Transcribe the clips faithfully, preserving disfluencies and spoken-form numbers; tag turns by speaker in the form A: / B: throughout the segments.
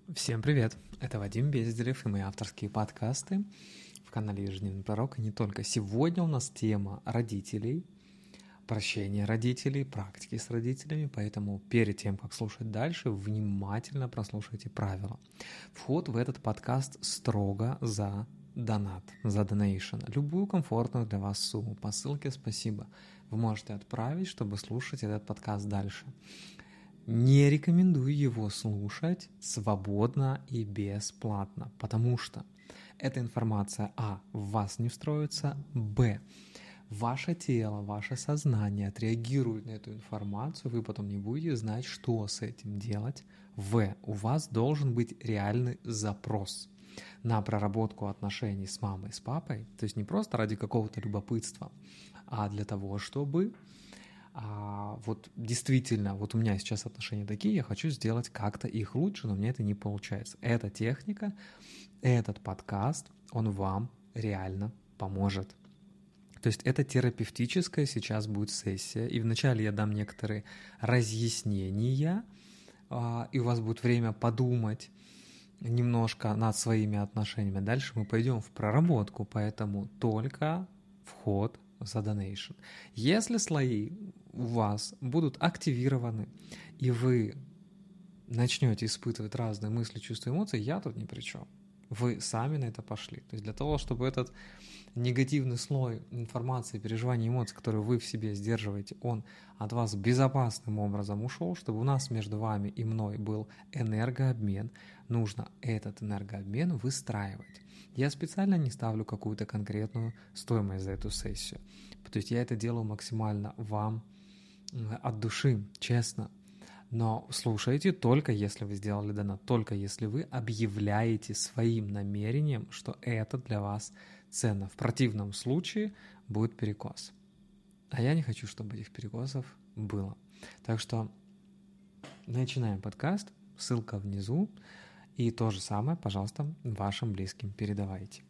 A: Всем привет! Это Вадим Безделев и мои авторские подкасты в канале Ежедневный Пророк. И не только. Сегодня у нас тема родителей, прощения родителей, практики с родителями. Поэтому перед тем, как слушать дальше, внимательно прослушайте правила. Вход в этот подкаст строго за донат, за донейшн. Любую комфортную для вас сумму по ссылке «Спасибо» вы можете отправить, чтобы слушать этот подкаст дальше. Не рекомендую его слушать свободно и бесплатно, потому что эта информация, а, в вас не встроится, б, ваше тело, ваше сознание отреагирует на эту информацию, вы потом не будете знать, что с этим делать, в, у вас должен быть реальный запрос на проработку отношений с мамой, с папой, то есть не просто ради какого-то любопытства, а для того, чтобы А вот действительно, вот у меня сейчас отношения такие, я хочу сделать как-то их лучше, но мне это не получается. Эта техника, этот подкаст, он вам реально поможет. То есть это терапевтическая сейчас будет сессия, и вначале я дам некоторые разъяснения, и у вас будет время подумать немножко над своими отношениями. Дальше мы пойдем в проработку, поэтому только вход за донейшн. Если слои у вас будут активированы, и вы начнете испытывать разные мысли, чувства, эмоции, я тут ни при чем. Вы сами на это пошли. То есть для того, чтобы этот негативный слой информации, переживаний, эмоций, которые вы в себе сдерживаете, он от вас безопасным образом ушел, чтобы у нас между вами и мной был энергообмен, нужно этот энергообмен выстраивать. Я специально не ставлю какую-то конкретную стоимость за эту сессию. То есть я это делаю максимально вам от души, честно. Но слушайте только если вы сделали донат, только если вы объявляете своим намерением, что это для вас ценно. В противном случае будет перекос. А я не хочу, чтобы этих перекосов было. Так что начинаем подкаст. Ссылка внизу. И то же самое, пожалуйста, вашим близким передавайте.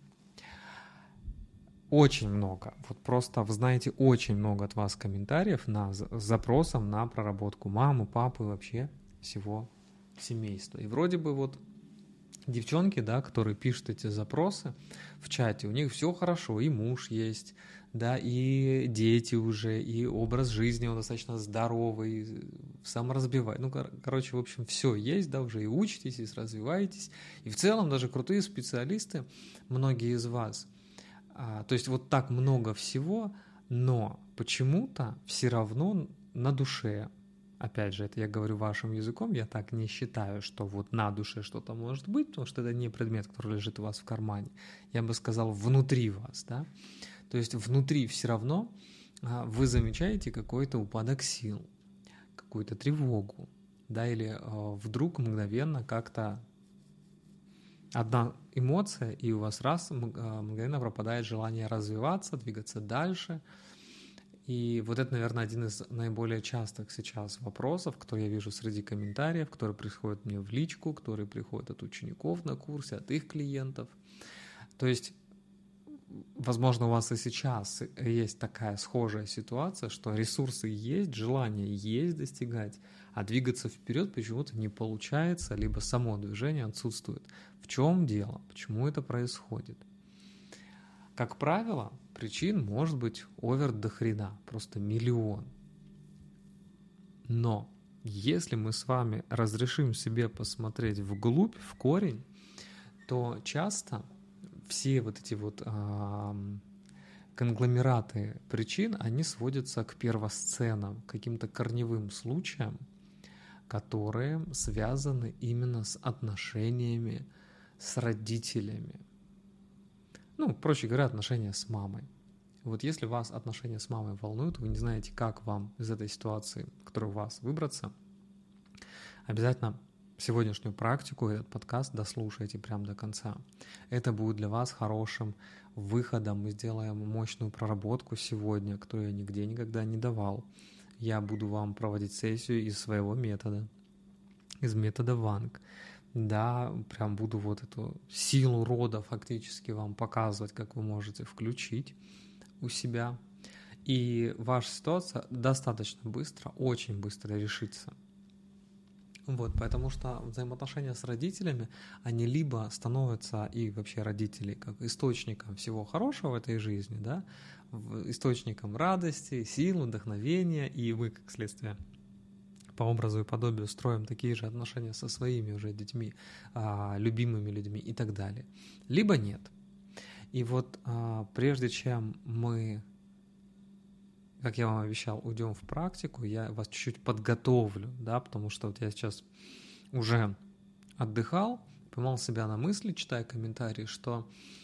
A: Очень много, вот просто, вы знаете, очень много от вас комментариев на, с запросом на проработку мамы, папы, вообще всего семейства. И вроде бы вот девчонки, да, которые пишут эти запросы в чате, у них все хорошо, и муж есть, да, и дети уже, и образ жизни он достаточно здоровый, саморазвивает. Ну, кор- короче, в общем, все есть, да, уже и учитесь, и развиваетесь. И в целом даже крутые специалисты, многие из вас. А, то есть вот так много всего, но почему-то все равно на душе, опять же, это я говорю вашим языком, я так не считаю, что вот на душе что-то может быть, потому что это не предмет, который лежит у вас в кармане. Я бы сказал, внутри вас, да. То есть внутри все равно а, вы замечаете какой-то упадок сил, какую-то тревогу, да, или а, вдруг мгновенно как-то одна эмоция, и у вас раз мгновенно пропадает желание развиваться, двигаться дальше. И вот это, наверное, один из наиболее частых сейчас вопросов, которые я вижу среди комментариев, которые приходят мне в личку, которые приходят от учеников на курсе, от их клиентов. То есть, возможно, у вас и сейчас есть такая схожая ситуация, что ресурсы есть, желание есть достигать, а двигаться вперед почему-то не получается, либо само движение отсутствует. В чем дело? Почему это происходит? Как правило, причин может быть овер до хрена, просто миллион. Но если мы с вами разрешим себе посмотреть вглубь, в корень, то часто все вот эти вот а, конгломераты причин, они сводятся к первосценам, к каким-то корневым случаям, которые связаны именно с отношениями с родителями. Ну, проще говоря, отношения с мамой. Вот если вас отношения с мамой волнуют, вы не знаете, как вам из этой ситуации, которая у вас, выбраться, обязательно сегодняшнюю практику, этот подкаст дослушайте прямо до конца. Это будет для вас хорошим выходом. Мы сделаем мощную проработку сегодня, которую я нигде никогда не давал. Я буду вам проводить сессию из своего метода, из метода Ванг. Да, прям буду вот эту силу рода фактически вам показывать, как вы можете включить у себя. И ваша ситуация достаточно быстро, очень быстро решится. Вот, потому что взаимоотношения с родителями, они либо становятся, и вообще родители, как источником всего хорошего в этой жизни, да, источником радости, сил, вдохновения, и мы, как следствие, по образу и подобию строим такие же отношения со своими уже детьми, любимыми людьми и так далее. Либо нет. И вот прежде чем мы, как я вам обещал, уйдем в практику, я вас чуть-чуть подготовлю, да, потому что вот я сейчас уже отдыхал, поймал себя на мысли, читая комментарии, что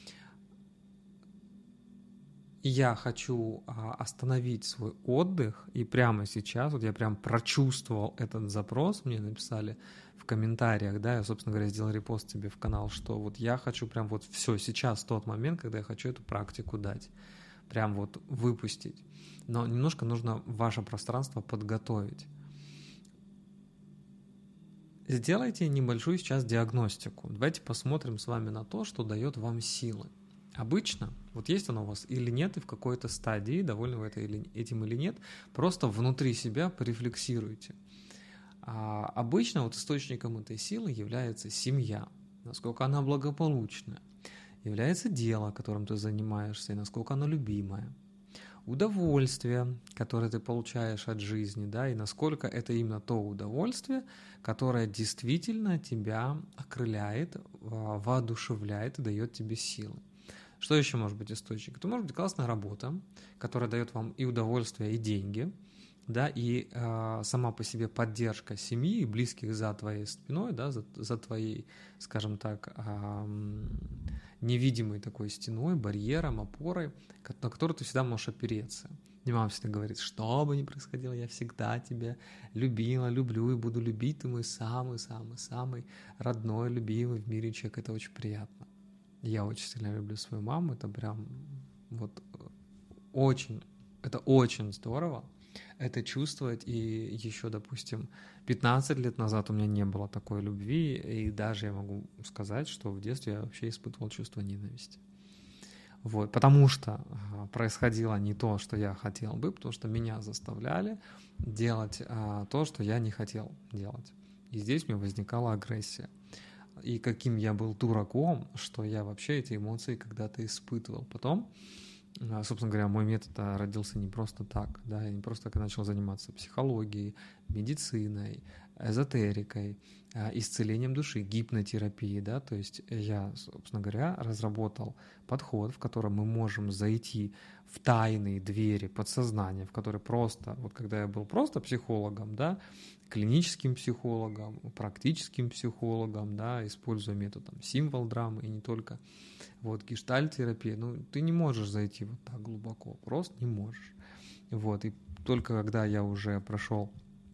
A: я хочу остановить свой отдых, и прямо сейчас, вот я прям прочувствовал этот запрос, мне написали в комментариях, да, я, собственно говоря, сделал репост тебе в канал, что вот я хочу прям вот все, сейчас тот момент, когда я хочу эту практику дать, прям вот выпустить. Но немножко нужно ваше пространство подготовить. Сделайте небольшую сейчас диагностику. Давайте посмотрим с вами на то, что дает вам силы. Обычно, вот есть оно у вас или нет, и в какой-то стадии, довольны вы этим или нет, просто внутри себя порефлексируйте. А обычно вот источником этой силы является семья, насколько она благополучная, является дело, которым ты занимаешься, и насколько оно любимое, удовольствие, которое ты получаешь от жизни, да, и насколько это именно то удовольствие, которое действительно тебя окрыляет, воодушевляет и дает тебе силы. Что еще может быть источник? Это может быть классная работа, которая дает вам и удовольствие, и деньги, да, и э, сама по себе поддержка семьи и близких за твоей спиной, да, за, за твоей, скажем так, э, невидимой такой стеной, барьером, опорой, на которую ты всегда можешь опереться. И мама всегда говорит, что бы ни происходило, я всегда тебя любила, люблю и буду любить, ты мой самый-самый-самый родной, любимый в мире человек, это очень приятно. Я очень сильно люблю свою маму, это прям вот очень, это очень здорово, это чувствовать, и еще, допустим, пятнадцать лет назад у меня не было такой любви, и даже я могу сказать, что в детстве я вообще испытывал чувство ненависти. Вот, потому что происходило не то, что я хотел бы, потому что меня заставляли делать а, то, что я не хотел делать. И здесь у меня возникала агрессия. И каким я был дураком, что я вообще эти эмоции когда-то испытывал. Потом, собственно говоря, мой метод родился не просто так, да, я не просто так начал заниматься психологией, медициной, эзотерикой, исцелением души, гипнотерапией, да, то есть я, собственно говоря, разработал подход, в котором мы можем зайти в тайные двери подсознания, в которые просто, вот когда я был просто психологом, да, клиническим психологом, практическим психологом, да, используя метод там, символ-драмы и не только, вот, гештальт-терапия, ну, ты не можешь зайти вот так глубоко, просто не можешь, вот, и только когда я уже прошел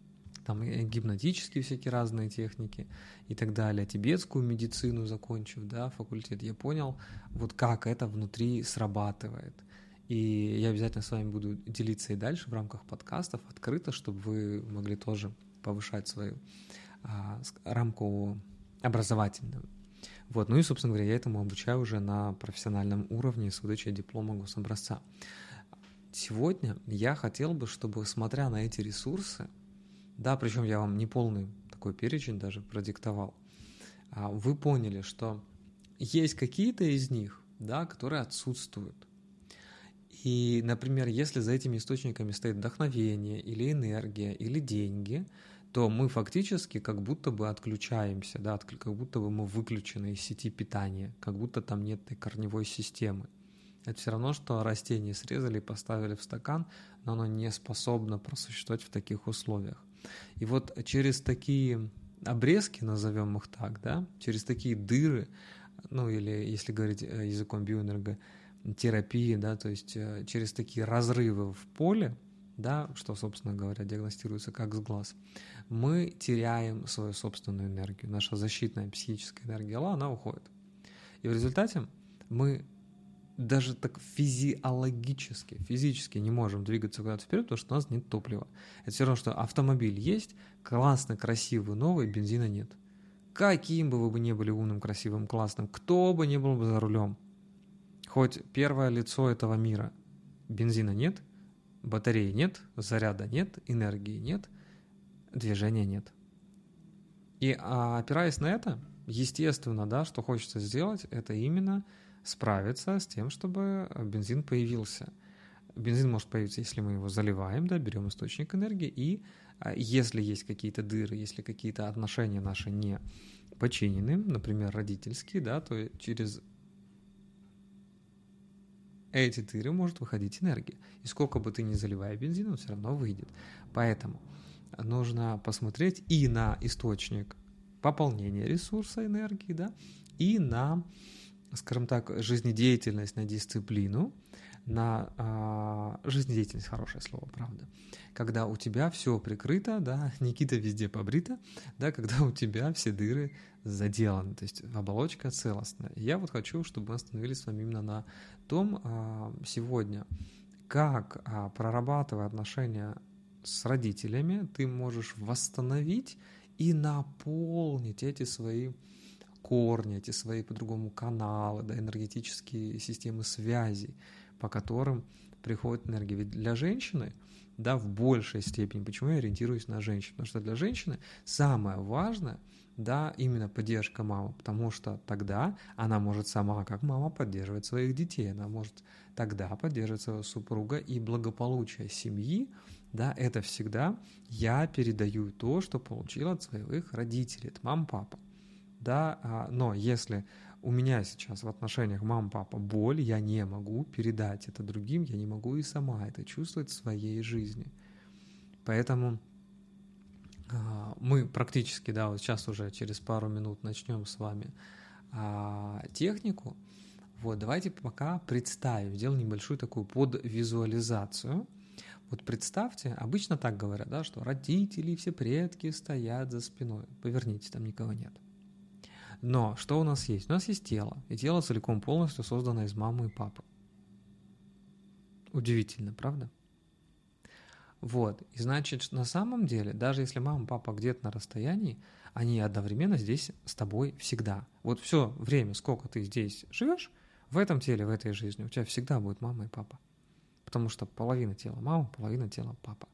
A: там гипнотические всякие разные техники и так далее, тибетскую медицину закончив, да, факультет, я понял, вот как это внутри срабатывает. И я обязательно с вами буду делиться и дальше в рамках подкастов открыто, чтобы вы могли тоже повышать свою а, рамку образовательную. Вот. Ну и, собственно говоря, я этому обучаю уже на профессиональном уровне с выдачей диплома гособразца. Сегодня я хотел бы, чтобы, смотря на эти ресурсы, да, причем я вам не полный такой перечень даже продиктовал, вы поняли, что есть какие-то из них, да, которые отсутствуют. И, например, если за этими источниками стоит вдохновение или энергия или деньги, то мы фактически как будто бы отключаемся, да, как будто бы мы выключены из сети питания, как будто там нет этой корневой системы. Это все равно, что растение срезали и поставили в стакан, но оно не способно просуществовать в таких условиях. И вот через такие обрезки, назовем их так, да, через такие дыры, ну или, если говорить языком биоэнерготерапии, да, то есть через такие разрывы в поле, да, что, собственно говоря, диагностируется как сглаз, мы теряем свою собственную энергию. Наша защитная психическая энергия Алла, она уходит. И в результате мы даже так физиологически, физически не можем двигаться куда-то вперед, потому что у нас нет топлива. Это все равно, что автомобиль есть, классный, красивый, новый, бензина нет. Каким бы вы ни были умным, красивым, классным, кто бы ни был бы за рулем, хоть первое лицо этого мира, бензина нет, батареи нет, заряда нет, энергии нет, движения нет. И а, опираясь на это, естественно, да, что хочется сделать, это именно справиться с тем, чтобы бензин появился. Бензин может появиться, если мы его заливаем, да, берем источник энергии, и а, если есть какие-то дыры, если какие-то отношения наши не починены, например, родительские, да, то через эти дыры может выходить энергия. И сколько бы ты ни заливая бензин, он все равно выйдет. Поэтому нужно посмотреть и на источник пополнения ресурса энергии, да, и на, скажем так, жизнедеятельность, на дисциплину, на а, жизнедеятельность, хорошее слово, правда. Когда у тебя все прикрыто, да, Никита везде побрита, да, когда у тебя все дыры заделаны, то есть оболочка целостная. И я вот хочу, чтобы мы остановились с вами именно на том а, сегодня, как, а, прорабатывая отношения с родителями, ты можешь восстановить и наполнить эти свои корни, эти свои по-другому каналы, да, энергетические системы связей, по которым приходит энергия. Ведь для женщины, да, в большей степени, почему я ориентируюсь на женщин? Потому что для женщины самое важное, да, именно поддержка мамы, потому что тогда она может сама, как мама, поддерживать своих детей, она может тогда поддерживать своего супруга, и благополучие семьи, да, это всегда я передаю то, что получил от своих родителей, это мама, папа, да, но если у меня сейчас в отношениях мама-папа боль, я не могу передать это другим, я не могу и сама это чувствовать в своей жизни. Поэтому а, мы практически, да, вот сейчас уже через пару минут начнем с вами а, технику. Вот, давайте пока представим, сделаем небольшую такую подвизуализацию. Вот представьте, обычно так говорят, да, что родители, все предки стоят за спиной. Поверните, там никого нет. Но что у нас есть? У нас есть тело, и тело целиком полностью создано из мамы и папы. Удивительно, правда? Вот, и значит, на самом деле, даже если мама и папа где-то на расстоянии, они одновременно здесь с тобой всегда. Вот все время, сколько ты здесь живешь, в этом теле, в этой жизни, у тебя всегда будет мама и папа. Потому что половина тела мама, половина тела папа.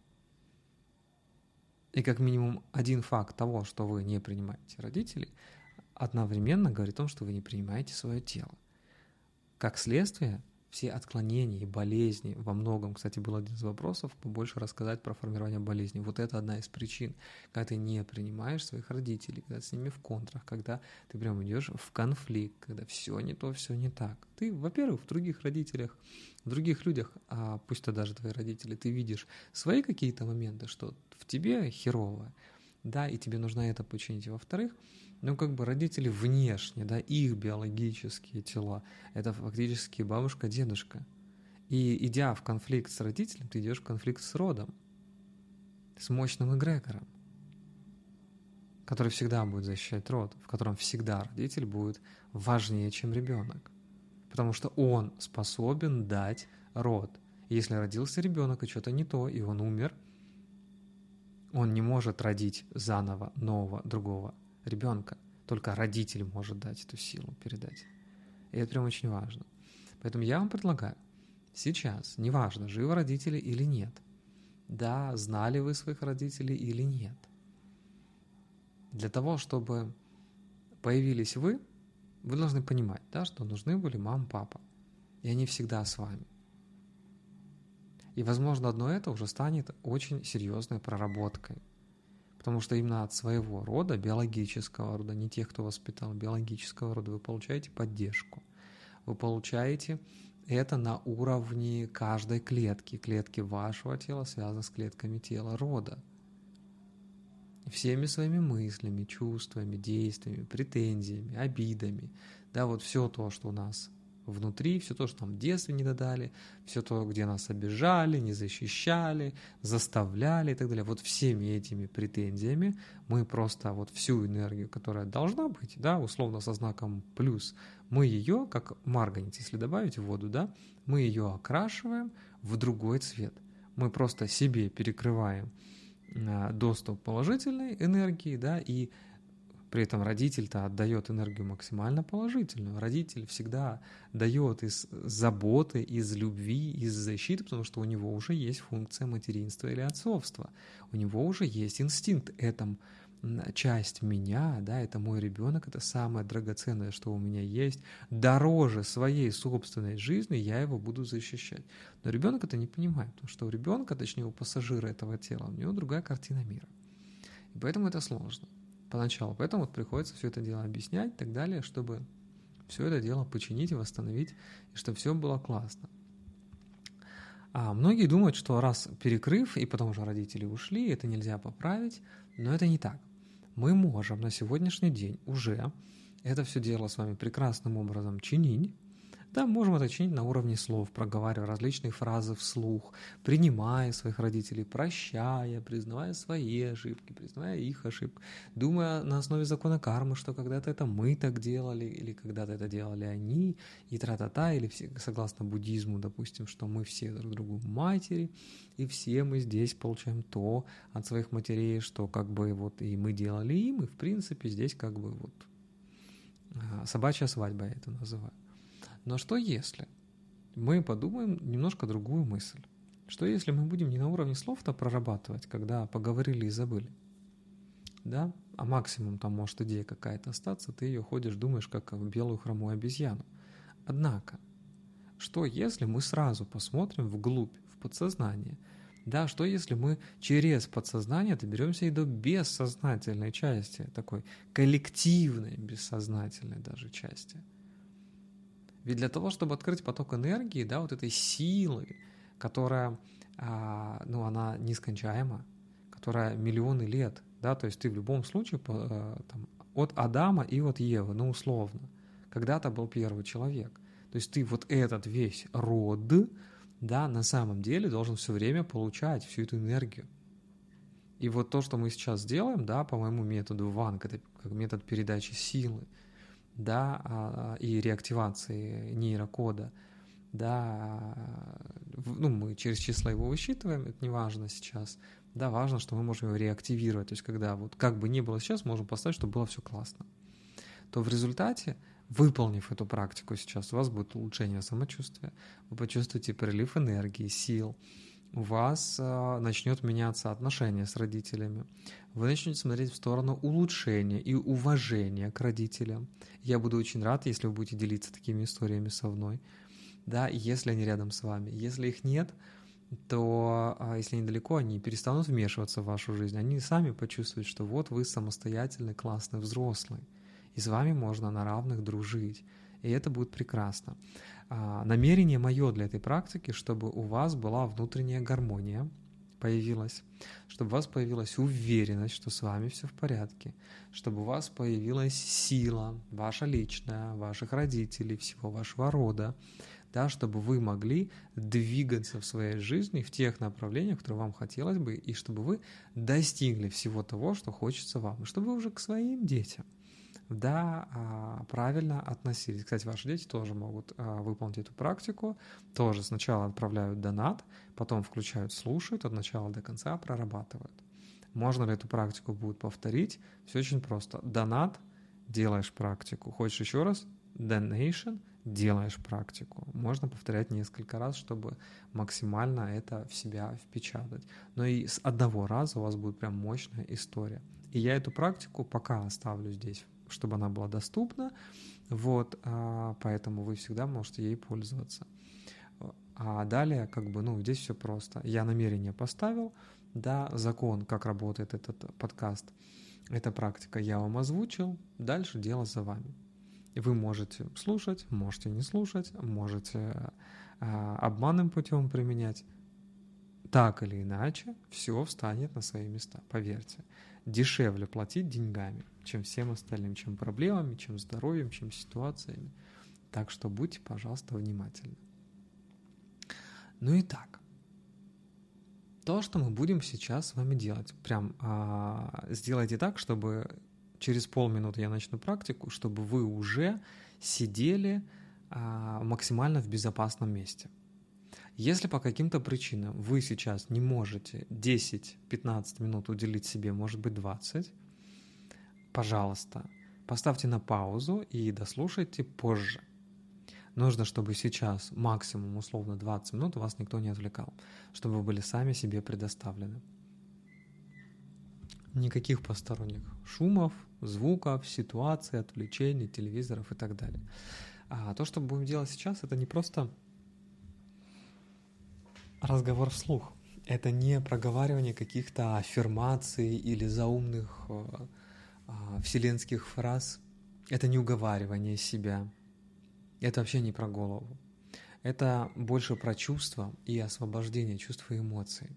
A: И как минимум один факт того, что вы не принимаете родителей, одновременно говорит о том, что вы не принимаете свое тело. Как следствие, все отклонения и болезни, во многом, кстати, был один из вопросов, побольше рассказать про формирование болезней. Вот это одна из причин, когда ты не принимаешь своих родителей, когда ты с ними в контрах, когда ты прям идешь в конфликт, когда все не то, все не так. Ты, во-первых, в других родителях, в других людях, а пусть то даже твои родители, ты видишь свои какие-то моменты, что в тебе херово, да, и тебе нужно это починить. Во-вторых, ну, как бы родители внешне, да, их биологические тела, это фактически бабушка, дедушка. И идя в конфликт с родителем, ты идешь в конфликт с родом, с мощным эгрегором, который всегда будет защищать род, в котором всегда родитель будет важнее, чем ребенок. Потому что он способен дать род. Если родился ребенок и что-то не то, и он умер, он не может родить заново нового, другого ребенка. Только родитель может дать эту силу, передать. И это прям очень важно. Поэтому я вам предлагаю сейчас, неважно, живы родители или нет, да, знали вы своих родителей или нет, для того, чтобы появились вы, вы должны понимать, да, что нужны были мама, папа, и они всегда с вами. И, возможно, одно это уже станет очень серьезной проработкой. Потому что именно от своего рода, биологического рода, не тех, кто воспитал, биологического рода, вы получаете поддержку. Вы получаете это на уровне каждой клетки. Клетки вашего тела связаны с клетками тела рода. И всеми своими мыслями, чувствами, действиями, претензиями, обидами. Да, вот все то, что у нас внутри, все то, что нам в детстве не додали, все то, где нас обижали, не защищали, заставляли и так далее. Вот всеми этими претензиями мы просто вот всю энергию, которая должна быть, да, условно со знаком плюс, мы ее, как марганец, если добавить в воду, да, мы ее окрашиваем в другой цвет. Мы просто себе перекрываем доступ положительной энергии, да, и при этом родитель-то отдает энергию максимально положительную. Родитель всегда дает из заботы, из любви, из защиты, потому что у него уже есть функция материнства или отцовства. У него уже есть инстинкт этому часть меня, да, это мой ребенок, это самое драгоценное, что у меня есть, дороже своей собственной жизни, я его буду защищать. Но ребенок это не понимает, потому что у ребенка, точнее у пассажира этого тела, у него другая картина мира. И поэтому это сложно поначалу. Поэтому вот приходится все это дело объяснять и так далее, чтобы все это дело починить и восстановить, и чтобы все было классно. А многие думают, что раз перекрыв, и потом уже родители ушли, это нельзя поправить, но это не так. Мы можем на сегодняшний день уже это все дело с вами прекрасным образом чинить. Да, можем это чинить на уровне слов, проговаривая различные фразы вслух, принимая своих родителей, прощая, признавая свои ошибки, признавая их ошибки, думая на основе закона кармы, что когда-то это мы так делали, или когда-то это делали они, и тра-та-та, или все, согласно буддизму, допустим, что мы все друг другу матери, и все мы здесь получаем то от своих матерей, что как бы вот и мы делали им, и в принципе здесь как бы вот собачья свадьба, я это называю. Но что если мы подумаем немножко другую мысль? Что если мы будем не на уровне слов-то прорабатывать, когда поговорили и забыли? Да? А максимум там может идея какая-то остаться, ты ее ходишь, думаешь, как в белую хромую обезьяну. Однако, что если мы сразу посмотрим вглубь, в подсознание? Да, что если мы через подсознание доберемся и до бессознательной части, такой коллективной бессознательной даже части? Ведь для того, чтобы открыть поток энергии, да, вот этой силы, которая, а, ну, она нескончаема, которая миллионы лет, да, то есть ты в любом случае по, там, от Адама и от Евы, ну, условно, когда-то был первый человек. То есть ты вот этот весь род, да, на самом деле должен все время получать всю эту энергию. И вот то, что мы сейчас делаем, да, по моему методу Ванг, это как метод передачи силы, да, и реактивации нейрокода, да, ну, мы через числа его высчитываем, это не важно сейчас, да, важно, что мы можем его реактивировать, то есть когда вот как бы ни было сейчас, можем поставить, чтобы было все классно, то в результате, выполнив эту практику сейчас, у вас будет улучшение самочувствия, вы почувствуете прилив энергии, сил, у вас э, начнет меняться отношение с родителями. Вы начнете смотреть в сторону улучшения и уважения к родителям. Я буду очень рад, если вы будете делиться такими историями со мной. Да, если они рядом с вами. Если их нет, то э, если они далеко, они перестанут вмешиваться в вашу жизнь. Они сами почувствуют, что вот вы самостоятельный, классный взрослый. И с вами можно на равных дружить. И это будет прекрасно. А, намерение мое для этой практики, чтобы у вас была внутренняя гармония, появилась, чтобы у вас появилась уверенность, что с вами все в порядке, чтобы у вас появилась сила, ваша личная, ваших родителей, всего вашего рода, да, чтобы вы могли двигаться в своей жизни в тех направлениях, которые вам хотелось бы, и чтобы вы достигли всего того, что хочется вам, и чтобы вы уже к своим детям, да, правильно относились. Кстати, ваши дети тоже могут выполнить эту практику. Тоже сначала отправляют донат, потом включают, слушают, от начала до конца прорабатывают. Можно ли эту практику будет повторить? Все очень просто. Донат, делаешь практику. Хочешь еще раз? Donation, делаешь практику. Можно повторять несколько раз, чтобы максимально это в себя впечатать. Но и с одного раза у вас будет прям мощная история. И я эту практику пока оставлю здесь, чтобы она была доступна, вот, а, поэтому вы всегда можете ей пользоваться. А далее, как бы, ну, здесь все просто. Я намерение поставил, да, закон, как работает этот подкаст, эта практика я вам озвучил, дальше дело за вами. Вы можете слушать, можете не слушать, можете а, обманным путем применять. Так или иначе, все встанет на свои места, поверьте. Дешевле платить деньгами, чем всем остальным, чем проблемами, чем здоровьем, чем ситуациями. Так что будьте, пожалуйста, внимательны. Ну и так. То, что мы будем сейчас с вами делать, прям а, сделайте так, чтобы через полминуты я начну практику, чтобы вы уже сидели а, максимально в безопасном месте. Если по каким-то причинам вы сейчас не можете десять-пятнадцать минут уделить себе, может быть двадцать, пожалуйста, поставьте на паузу и дослушайте позже. Нужно, чтобы сейчас максимум условно двадцать минут вас никто не отвлекал, чтобы вы были сами себе предоставлены. никаких посторонних шумов, звуков, ситуаций, отвлечений, телевизоров и так далее. А то, что мы будем делать сейчас, это не просто разговор вслух. Это не проговаривание каких-то аффирмаций или заумных э, э, вселенских фраз. Это не уговаривание себя. Это вообще не про голову. Это больше про чувства и освобождение чувств и эмоций.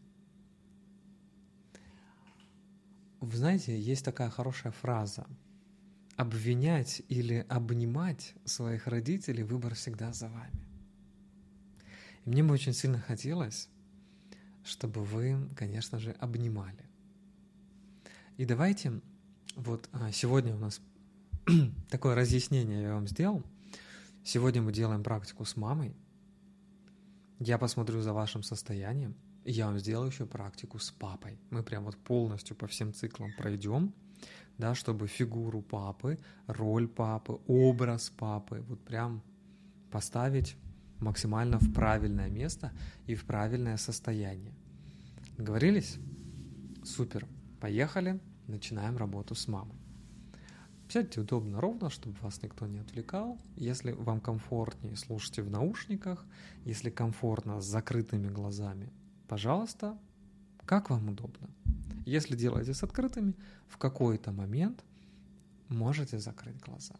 A: Вы знаете, есть такая хорошая фраза: обвинять или обнимать своих родителей — выбор всегда за вами. И мне бы очень сильно хотелось, чтобы вы, конечно же, обнимали. И давайте, вот сегодня у нас такое разъяснение я вам сделал. Сегодня мы делаем практику с мамой. Я посмотрю за вашим состоянием, и я вам сделаю еще практику с папой. Мы прям вот полностью по всем циклам пройдем, да, чтобы фигуру папы, роль папы, образ папы вот прям поставить максимально в правильное место и в правильное состояние. Договорились? Супер. Поехали. Начинаем работу с мамой. Сядьте удобно, ровно, чтобы вас никто не отвлекал. Если вам комфортнее, слушайте в наушниках. Если комфортно с закрытыми глазами, пожалуйста, как вам удобно. Если делаете с открытыми, в какой-то момент можете закрыть глаза.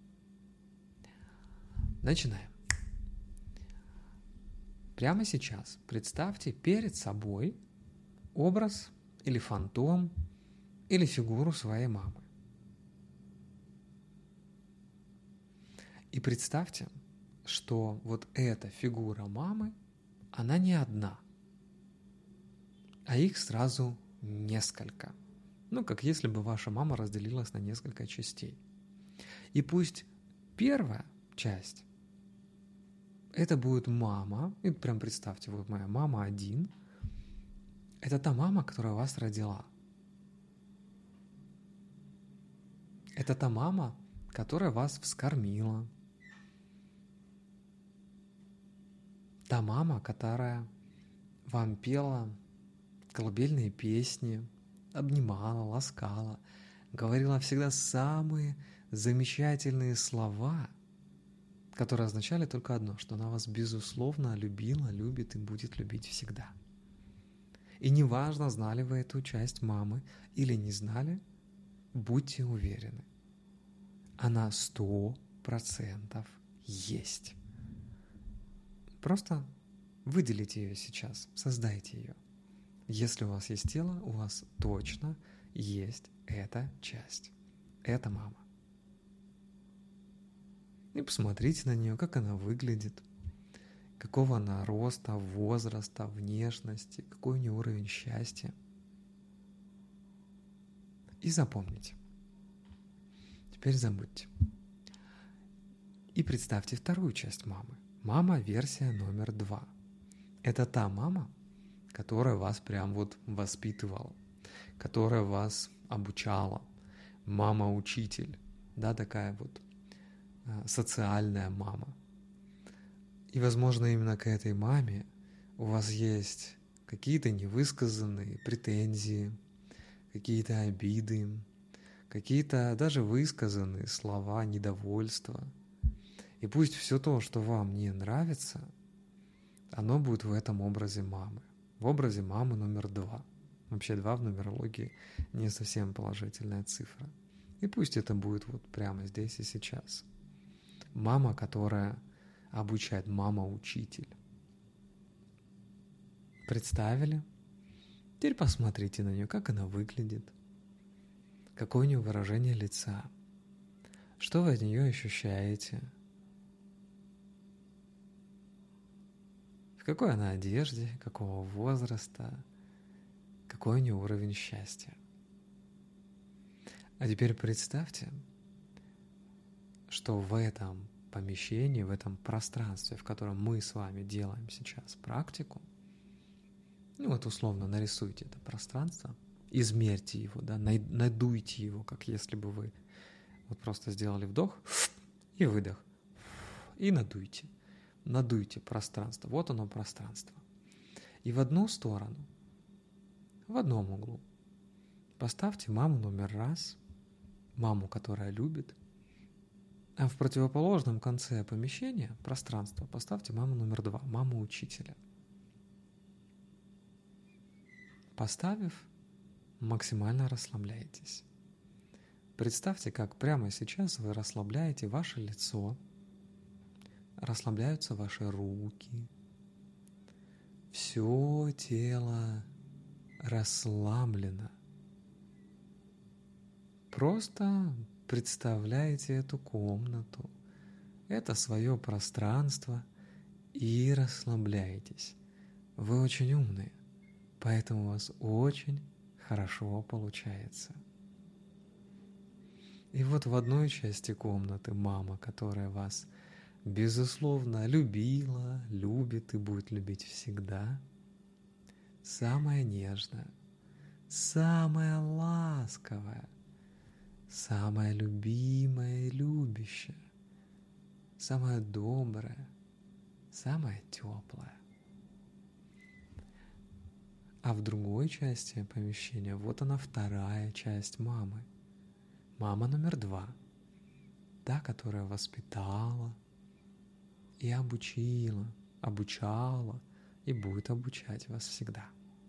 A: Начинаем. Прямо сейчас представьте перед собой образ или фантом, или фигуру своей мамы. И представьте, что вот эта фигура мамы, она не одна, а их сразу несколько. Ну, как если бы ваша мама разделилась на несколько частей. И пусть первая часть — это будет мама, и прям представьте, вот моя мама один, это та мама, которая вас родила. Это та мама, которая вас вскормила. Та мама, которая вам пела колыбельные песни, обнимала, ласкала, говорила всегда самые замечательные слова, которые означали только одно, что она вас безусловно любила, любит и будет любить всегда. И неважно, знали вы эту часть мамы или не знали, будьте уверены, она сто процентов есть. Просто выделите ее сейчас, создайте ее. Если у вас есть тело, у вас точно есть эта часть. Это мама. И посмотрите на нее, как она выглядит, какого она роста, возраста, внешности, какой у нее уровень счастья. И запомните. Теперь забудьте. И представьте вторую часть мамы. Мама версия номер два. Это та мама, которая вас прям вот воспитывала, которая вас обучала. Мама-учитель. Да, такая вот социальная мама. И, возможно, именно к этой маме у вас есть какие-то невысказанные претензии, какие-то обиды, какие-то даже высказанные слова недовольства. И пусть все то, что вам не нравится, оно будет в этом образе мамы. В образе мамы номер два. Вообще два в нумерологии не совсем положительная цифра. И пусть это будет вот прямо здесь и сейчас. Мама, которая обучает, мама-учитель. Представили? Теперь посмотрите на нее, как она выглядит, какое у нее выражение лица, что вы от нее ощущаете, в какой она одежде, какого возраста, какой у нее уровень счастья. А теперь представьте, что в этом помещении, в этом пространстве, в котором мы с вами делаем сейчас практику, ну вот условно нарисуйте это пространство, измерьте его, да, надуйте его, как если бы вы вот просто сделали вдох и выдох, и надуйте, надуйте пространство, вот оно пространство. И в одну сторону, в одном углу Поставьте маму номер раз, маму, которая любит, а в противоположном конце помещения, пространства, поставьте маму номер два, маму учителя. Поставив, максимально расслабляйтесь. Представьте, как прямо сейчас вы расслабляете ваше лицо, расслабляются ваши руки, все тело расслаблено. Просто представляете эту комнату, это свое пространство и расслабляйтесь. Вы очень умные, поэтому у вас очень хорошо получается. И вот в одной части комнаты мама, которая вас, безусловно, любила, любит и будет любить всегда, самая нежная, самая ласковая, самая любимая и любящая, самая добрая, самая теплая. А в другой части помещения вот она, вторая часть мамы. Мама номер два, та, которая воспитала и обучила, обучала и будет обучать вас всегда.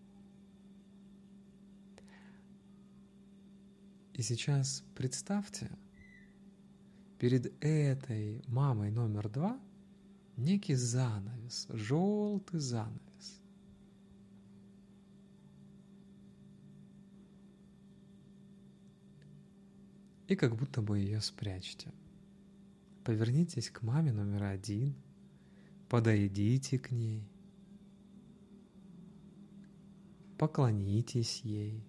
A: И сейчас представьте, перед этой мамой номер два некий занавес, желтый занавес. И как будто бы ее спрячьте. Повернитесь к маме номер один, подойдите к ней, поклонитесь ей.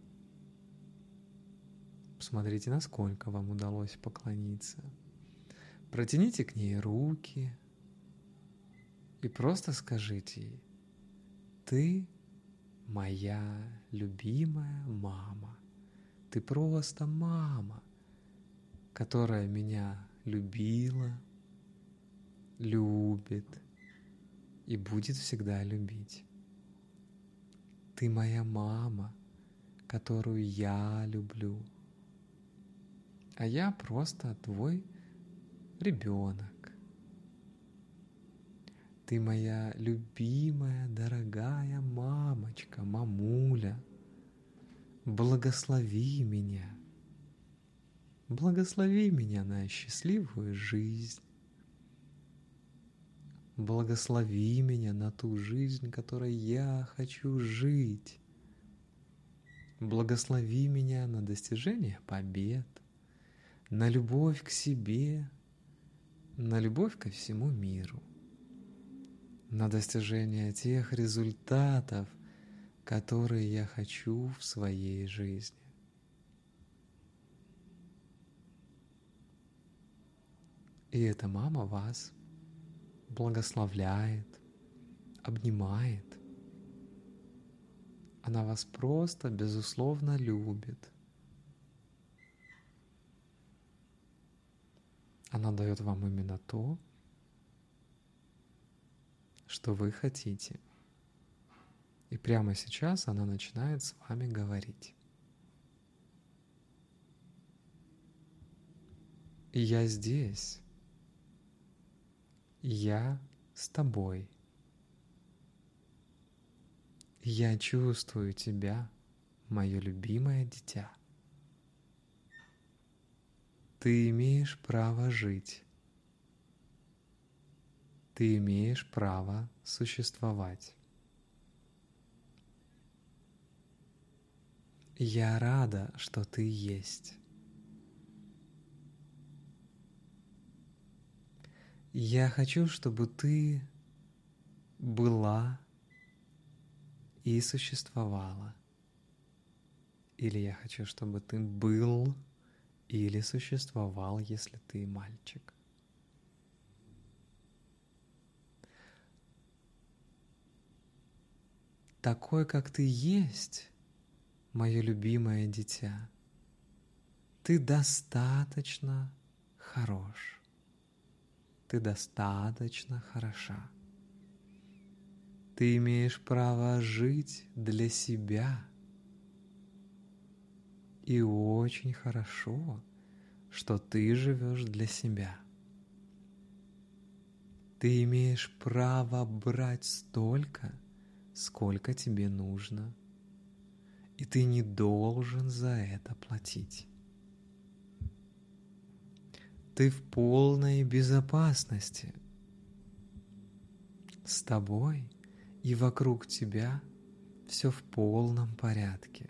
A: Посмотрите, насколько вам удалось поклониться. Протяните к ней руки и просто скажите ей: «Ты моя любимая мама, ты просто мама, которая меня любила, любит и будет всегда любить. Ты моя мама, которую я люблю, а я просто твой ребенок. Ты моя любимая, дорогая мамочка, мамуля. Благослови меня. Благослови меня на счастливую жизнь. Благослови меня на ту жизнь, которой я хочу жить. Благослови меня на достижение побед, на любовь к себе, на любовь ко всему миру, на достижение тех результатов, которые я хочу в своей жизни. И эта мама вас благословляет, обнимает. Она вас просто, безусловно, любит. Она дает вам именно то, что вы хотите. И прямо сейчас она начинает с вами говорить. И я здесь. Я с тобой. Я чувствую тебя, мое любимое дитя. Ты имеешь право жить. Ты имеешь право существовать. Я рада, что ты есть. Я хочу, чтобы ты была и существовала. Или я хочу, чтобы ты был или существовал, если ты мальчик. Такой, как ты есть, мое любимое дитя, ты достаточно хорош. Ты достаточно хороша. Ты имеешь право жить для себя. И очень хорошо, что ты живешь для себя. Ты имеешь право брать столько, сколько тебе нужно, и ты не должен за это платить. Ты в полной безопасности. С тобой и вокруг тебя все в полном порядке.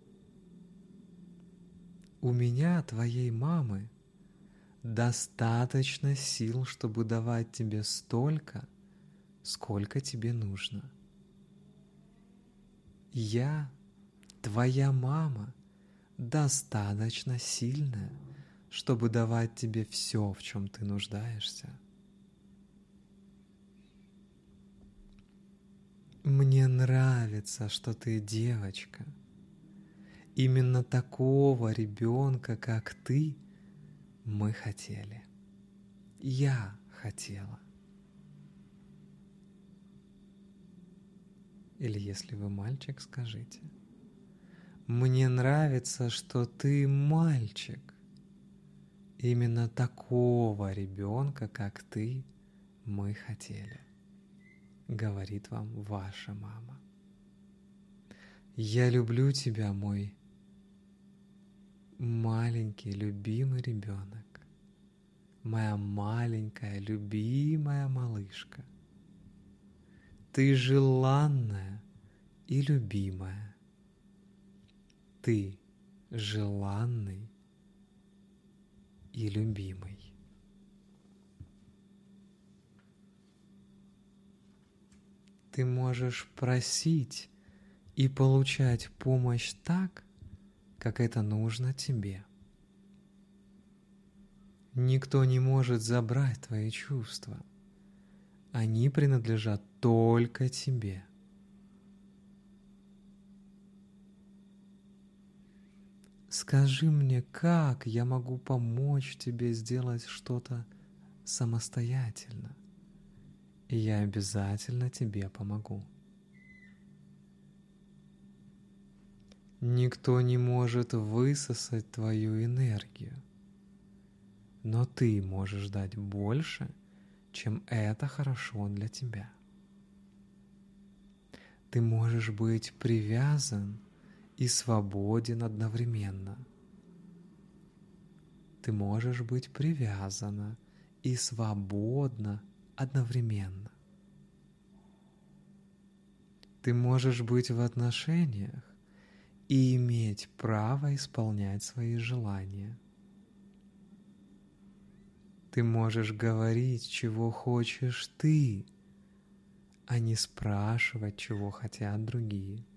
A: У меня, твоей мамы, достаточно сил, чтобы давать тебе столько, сколько тебе нужно. Я, твоя мама, достаточно сильная, чтобы давать тебе все, в чем ты нуждаешься. Мне нравится, что ты девочка. Именно такого ребенка, как ты, мы хотели. Я хотела. Или если вы мальчик, скажите: мне нравится, что ты мальчик. Именно такого ребенка, как ты, мы хотели. Говорит вам ваша мама. Я люблю тебя, мой маленький любимый ребенок, моя маленькая любимая малышка. Ты желанная и любимая. Ты желанный и любимый. Ты можешь просить и получать помощь так, как это нужно тебе. Никто не может забрать твои чувства. Они принадлежат только тебе. Скажи мне, как я могу помочь тебе сделать что-то самостоятельно, и я обязательно тебе помогу. Никто не может высосать твою энергию, но ты можешь дать больше, чем это хорошо для тебя. Ты можешь быть привязан и свободен одновременно. Ты можешь быть привязана и свободна одновременно. Ты можешь быть в отношениях и иметь право исполнять свои желания. Ты можешь говорить, чего хочешь ты, а не спрашивать, чего хотят другие.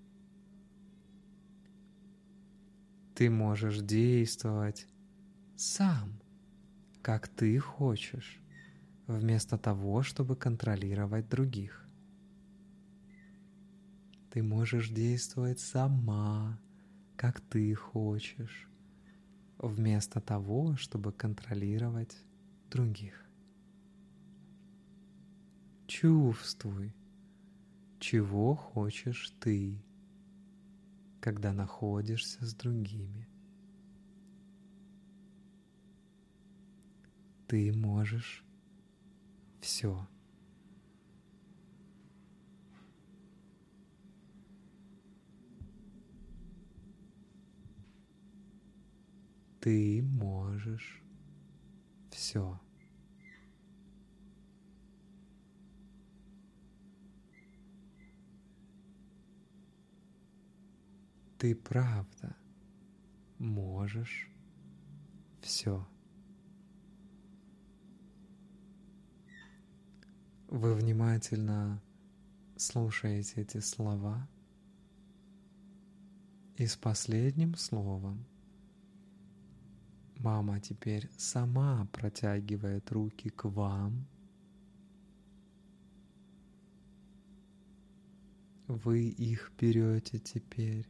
A: Ты можешь действовать сам, как ты хочешь, вместо того, чтобы контролировать других. Ты можешь действовать сама, как ты хочешь, вместо того, чтобы контролировать других. Чувствуй, чего хочешь ты, когда находишься с другими. Ты можешь все. Ты можешь все. Ты правда можешь все. Вы внимательно слушаете эти слова, и с последним словом мама теперь сама протягивает руки к вам. Вы их берете теперь.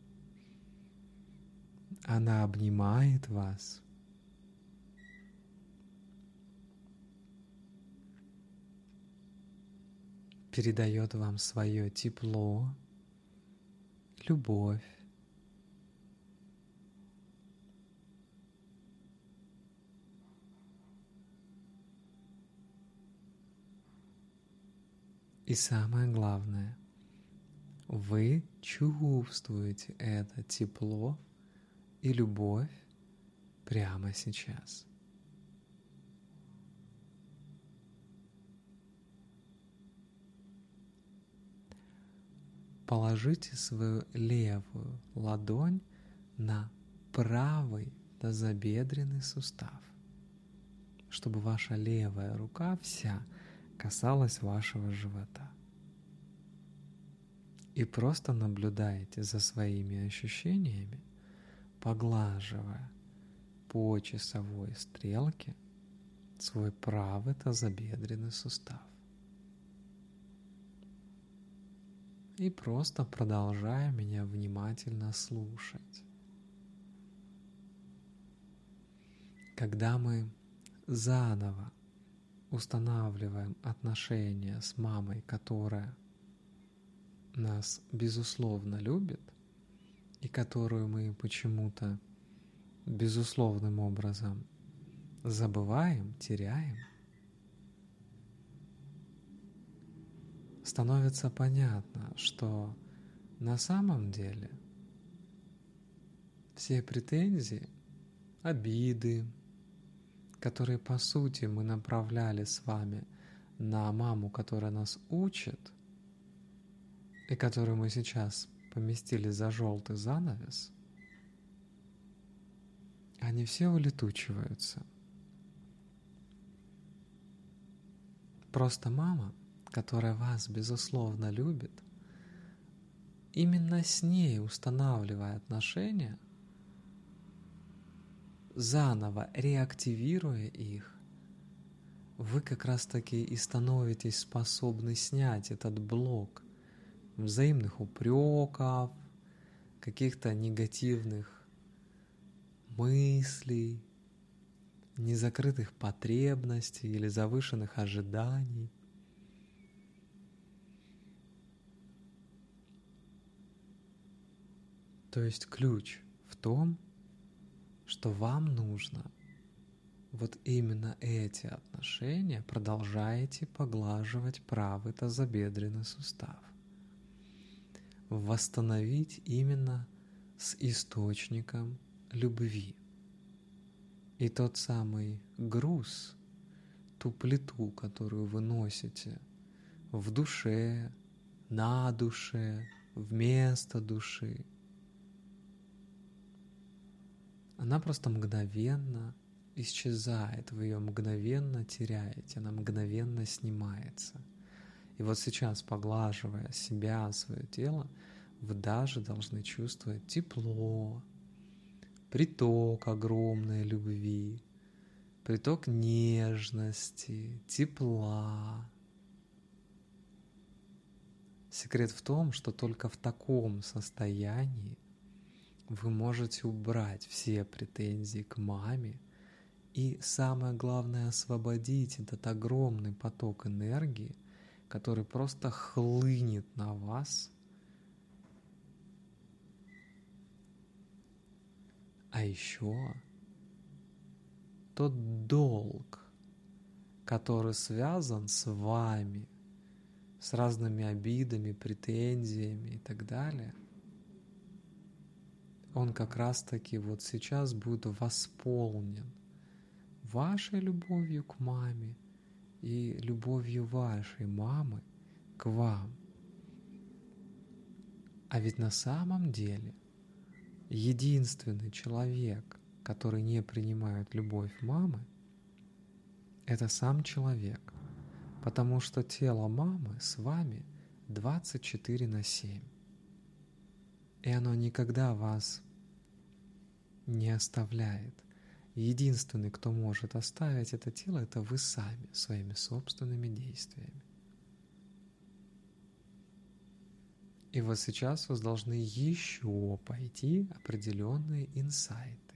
A: Она обнимает вас. Передает вам свое тепло, любовь, И самое главное, вы чувствуете это тепло и любовь прямо сейчас. Положите свою левую ладонь на правый тазобедренный сустав, чтобы ваша левая рука вся касалась вашего живота. И просто наблюдайте за своими ощущениями, поглаживая по часовой стрелке свой правый тазобедренный сустав. И просто продолжая меня внимательно слушать. Когда мы заново устанавливаем отношения с мамой, которая нас безусловно любит, и которую мы почему-то безусловным образом забываем, теряем, становится понятно, что на самом деле все претензии, обиды, которые по сути мы направляли с вами на маму, которая нас учит, и которую мы сейчас поместили за желтый занавес, они все улетучиваются. Просто мама, которая вас безусловно любит, именно с ней устанавливая отношения, заново реактивируя их, вы как раз-таки и становитесь способны снять этот блок взаимных упреков, каких-то негативных мыслей, незакрытых потребностей или завышенных ожиданий. То есть ключ в том, что вам нужно вот именно эти отношения продолжаете поглаживать правый тазобедренный сустав. Восстановить именно с источником любви. И тот самый груз, ту плиту, которую вы носите в душе, на душе, вместо души, она просто мгновенно исчезает, вы ее мгновенно теряете, она мгновенно снимается. И вот сейчас, поглаживая себя, свое тело, вы даже должны чувствовать тепло, приток огромной любви, приток нежности, тепла. Секрет в том, что только в таком состоянии вы можете убрать все претензии к маме и, самое главное, освободить этот огромный поток энергии, который просто хлынет на вас. А еще тот долг, который связан с вами, с разными обидами, претензиями и так далее, он как раз-таки вот сейчас будет восполнен вашей любовью к маме и любовью вашей мамы к вам. А ведь на самом деле единственный человек, который не принимает любовь мамы, это сам человек, потому что тело мамы с вами двадцать четыре на семь. И оно никогда вас не оставляет. Единственный, кто может оставить это тело, это вы сами, своими собственными действиями. И вот сейчас у вас должны еще пойти определенные инсайты.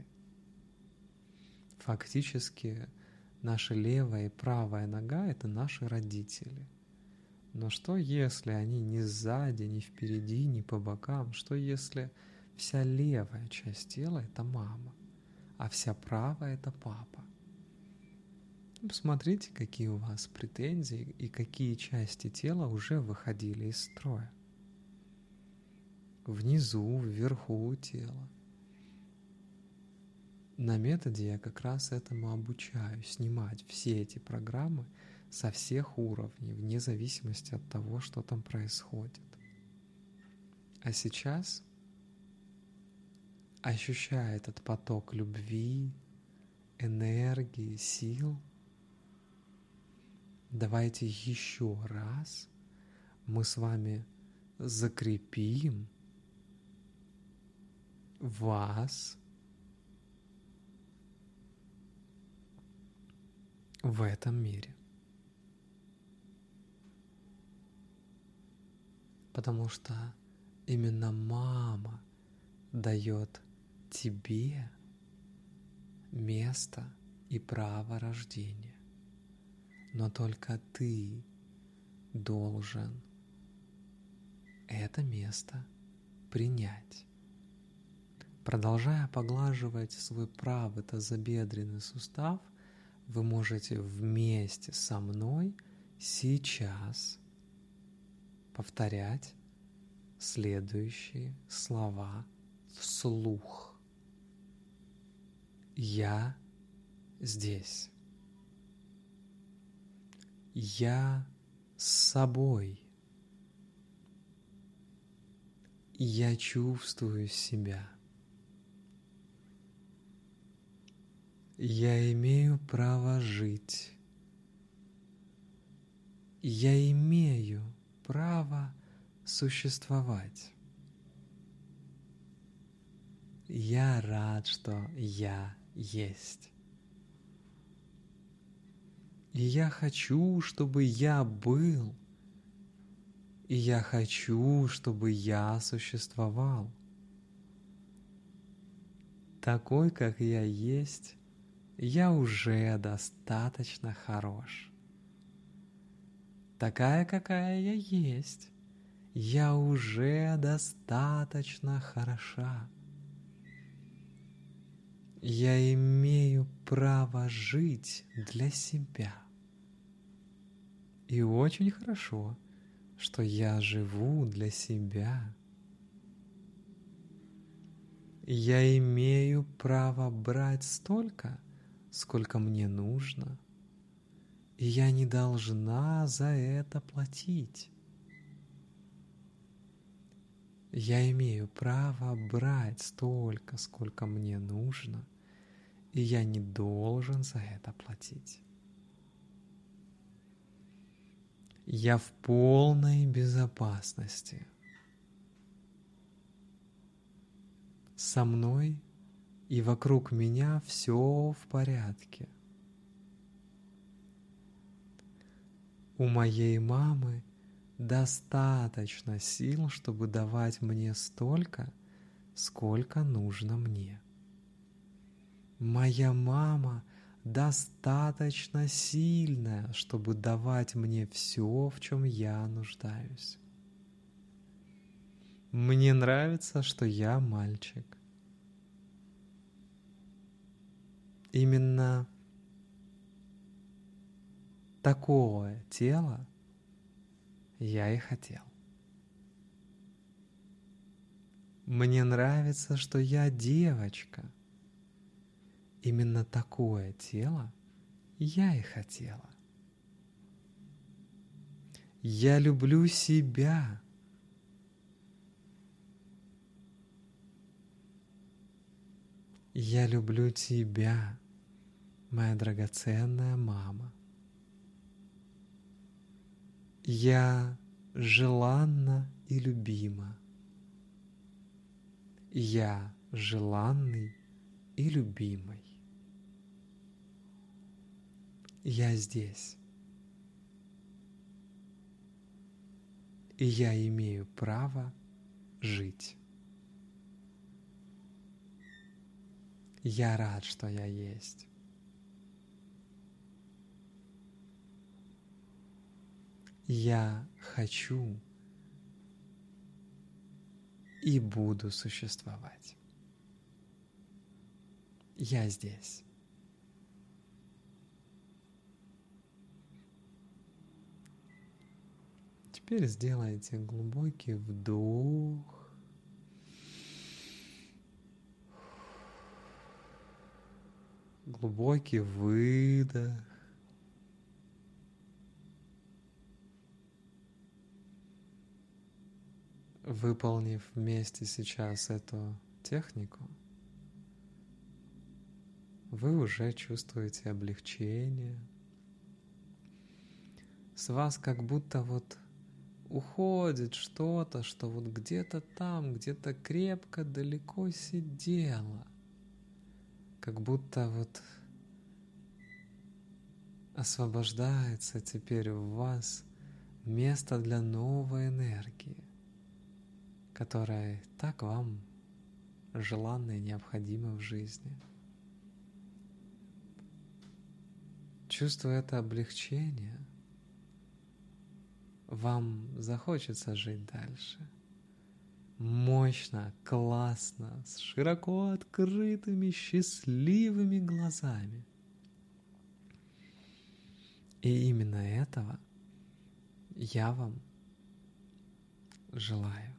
A: Фактически наша левая и правая нога — это наши родители. Но что если они не сзади, не впереди, не по бокам? Что если вся левая часть тела — это мама, а вся правая — это папа? посмотрите, какие у вас претензии и какие части тела уже выходили из строя. Внизу, вверху тела. На методе я как раз этому обучаю, снимать все эти программы со всех уровней, вне зависимости от того, что там происходит. А сейчас, ощущая этот поток любви, энергии, сил, давайте еще раз мы с вами закрепим вас в этом мире. Потому что именно мама дает тебе место и право рождения. Но только ты должен это место принять. Продолжая поглаживать свой правый тазобедренный сустав, вы можете вместе со мной сейчас повторять следующие слова вслух. Я здесь. Я с собой. Я чувствую себя. Я имею право жить. Я имею право существовать. Я рад, что я есть. И я хочу, чтобы я был. И я хочу, чтобы я существовал. Такой, как я есть, я уже достаточно хорош. Такая, какая я есть, я уже достаточно хороша. Я имею право жить для себя. И очень хорошо, что я живу для себя. Я имею право брать столько, сколько мне нужно, и я не должна за это платить. Я имею право брать столько, сколько мне нужно, и я не должен за это платить. Я в полной безопасности. Со мной и вокруг меня все в порядке. У моей мамы достаточно сил, чтобы давать мне столько, сколько нужно мне. Моя мама достаточно сильная, чтобы давать мне все, в чем я нуждаюсь. Мне нравится, что я мальчик. Именно такое тело я и хотел. Мне нравится, что я девочка. Именно такое тело я и хотела. Я люблю себя. Я люблю тебя, моя драгоценная мама. Я желанна и любима. Я желанный и любимый. Я здесь. И я имею право жить. Я рад, что я есть. Я хочу и буду существовать. Я здесь. Теперь сделайте глубокий вдох. Глубокий выдох. Выполнив вместе сейчас эту технику, вы уже чувствуете облегчение. С вас как будто вот уходит что-то, что вот где-то там, где-то крепко далеко сидело. Как будто вот освобождается теперь в вас место для новой энергии, которая так вам желанна и необходима в жизни. Чувствуя это облегчение, вам захочется жить дальше. Мощно, классно, с широко открытыми, счастливыми глазами. И именно этого я вам желаю.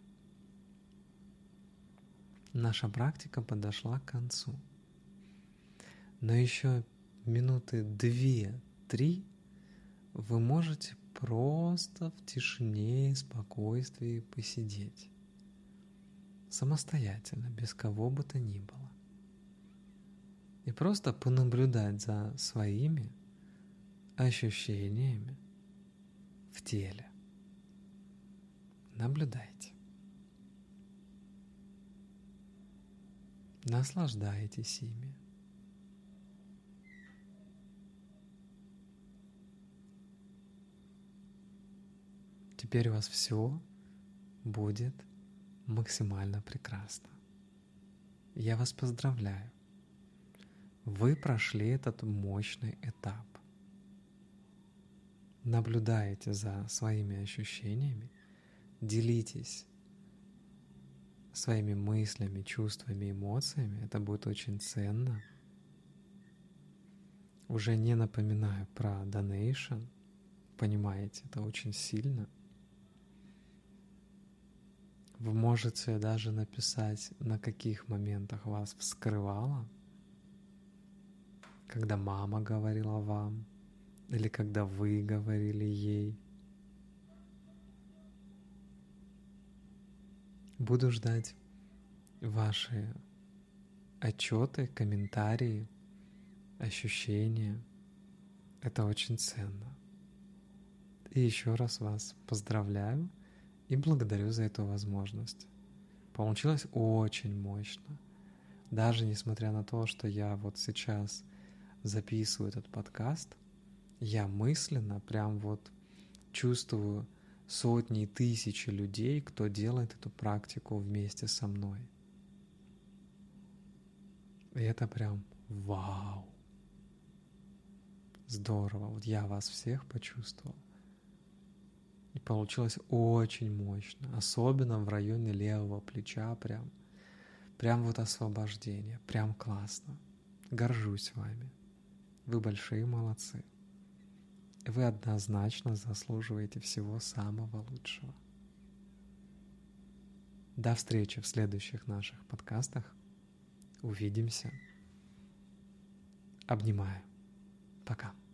A: Наша практика подошла к концу. Но еще минуты две-три вы можете просто в тишине и спокойствии посидеть. Самостоятельно, без кого бы то ни было. И просто понаблюдать за своими ощущениями в теле. Наблюдайте. Наслаждайтесь ими. Теперь у вас все будет максимально прекрасно. Я вас поздравляю. Вы прошли этот мощный этап. Наблюдаете за своими ощущениями, делитесь своими мыслями, чувствами, эмоциями. Это будет очень ценно. Уже не напоминаю про donation. Понимаете, это очень сильно. Вы можете даже написать, на каких моментах вас вскрывало, когда мама говорила вам, или когда вы говорили ей. Буду ждать ваши отчеты, комментарии, ощущения. Это очень ценно. И еще раз вас поздравляю и благодарю за эту возможность. Получилось очень мощно. Даже несмотря на то, что я вот сейчас записываю этот подкаст, я мысленно прям вот чувствую сотни и тысячи людей, кто делает эту практику вместе со мной. И это прям вау! Здорово! Вот я вас всех почувствовал. И получилось очень мощно, особенно в районе левого плеча, прям, прям вот освобождение, прям классно. Горжусь вами. Вы большие молодцы. Вы однозначно заслуживаете всего самого лучшего. До встречи в следующих наших подкастах. Увидимся. Обнимаю. Пока.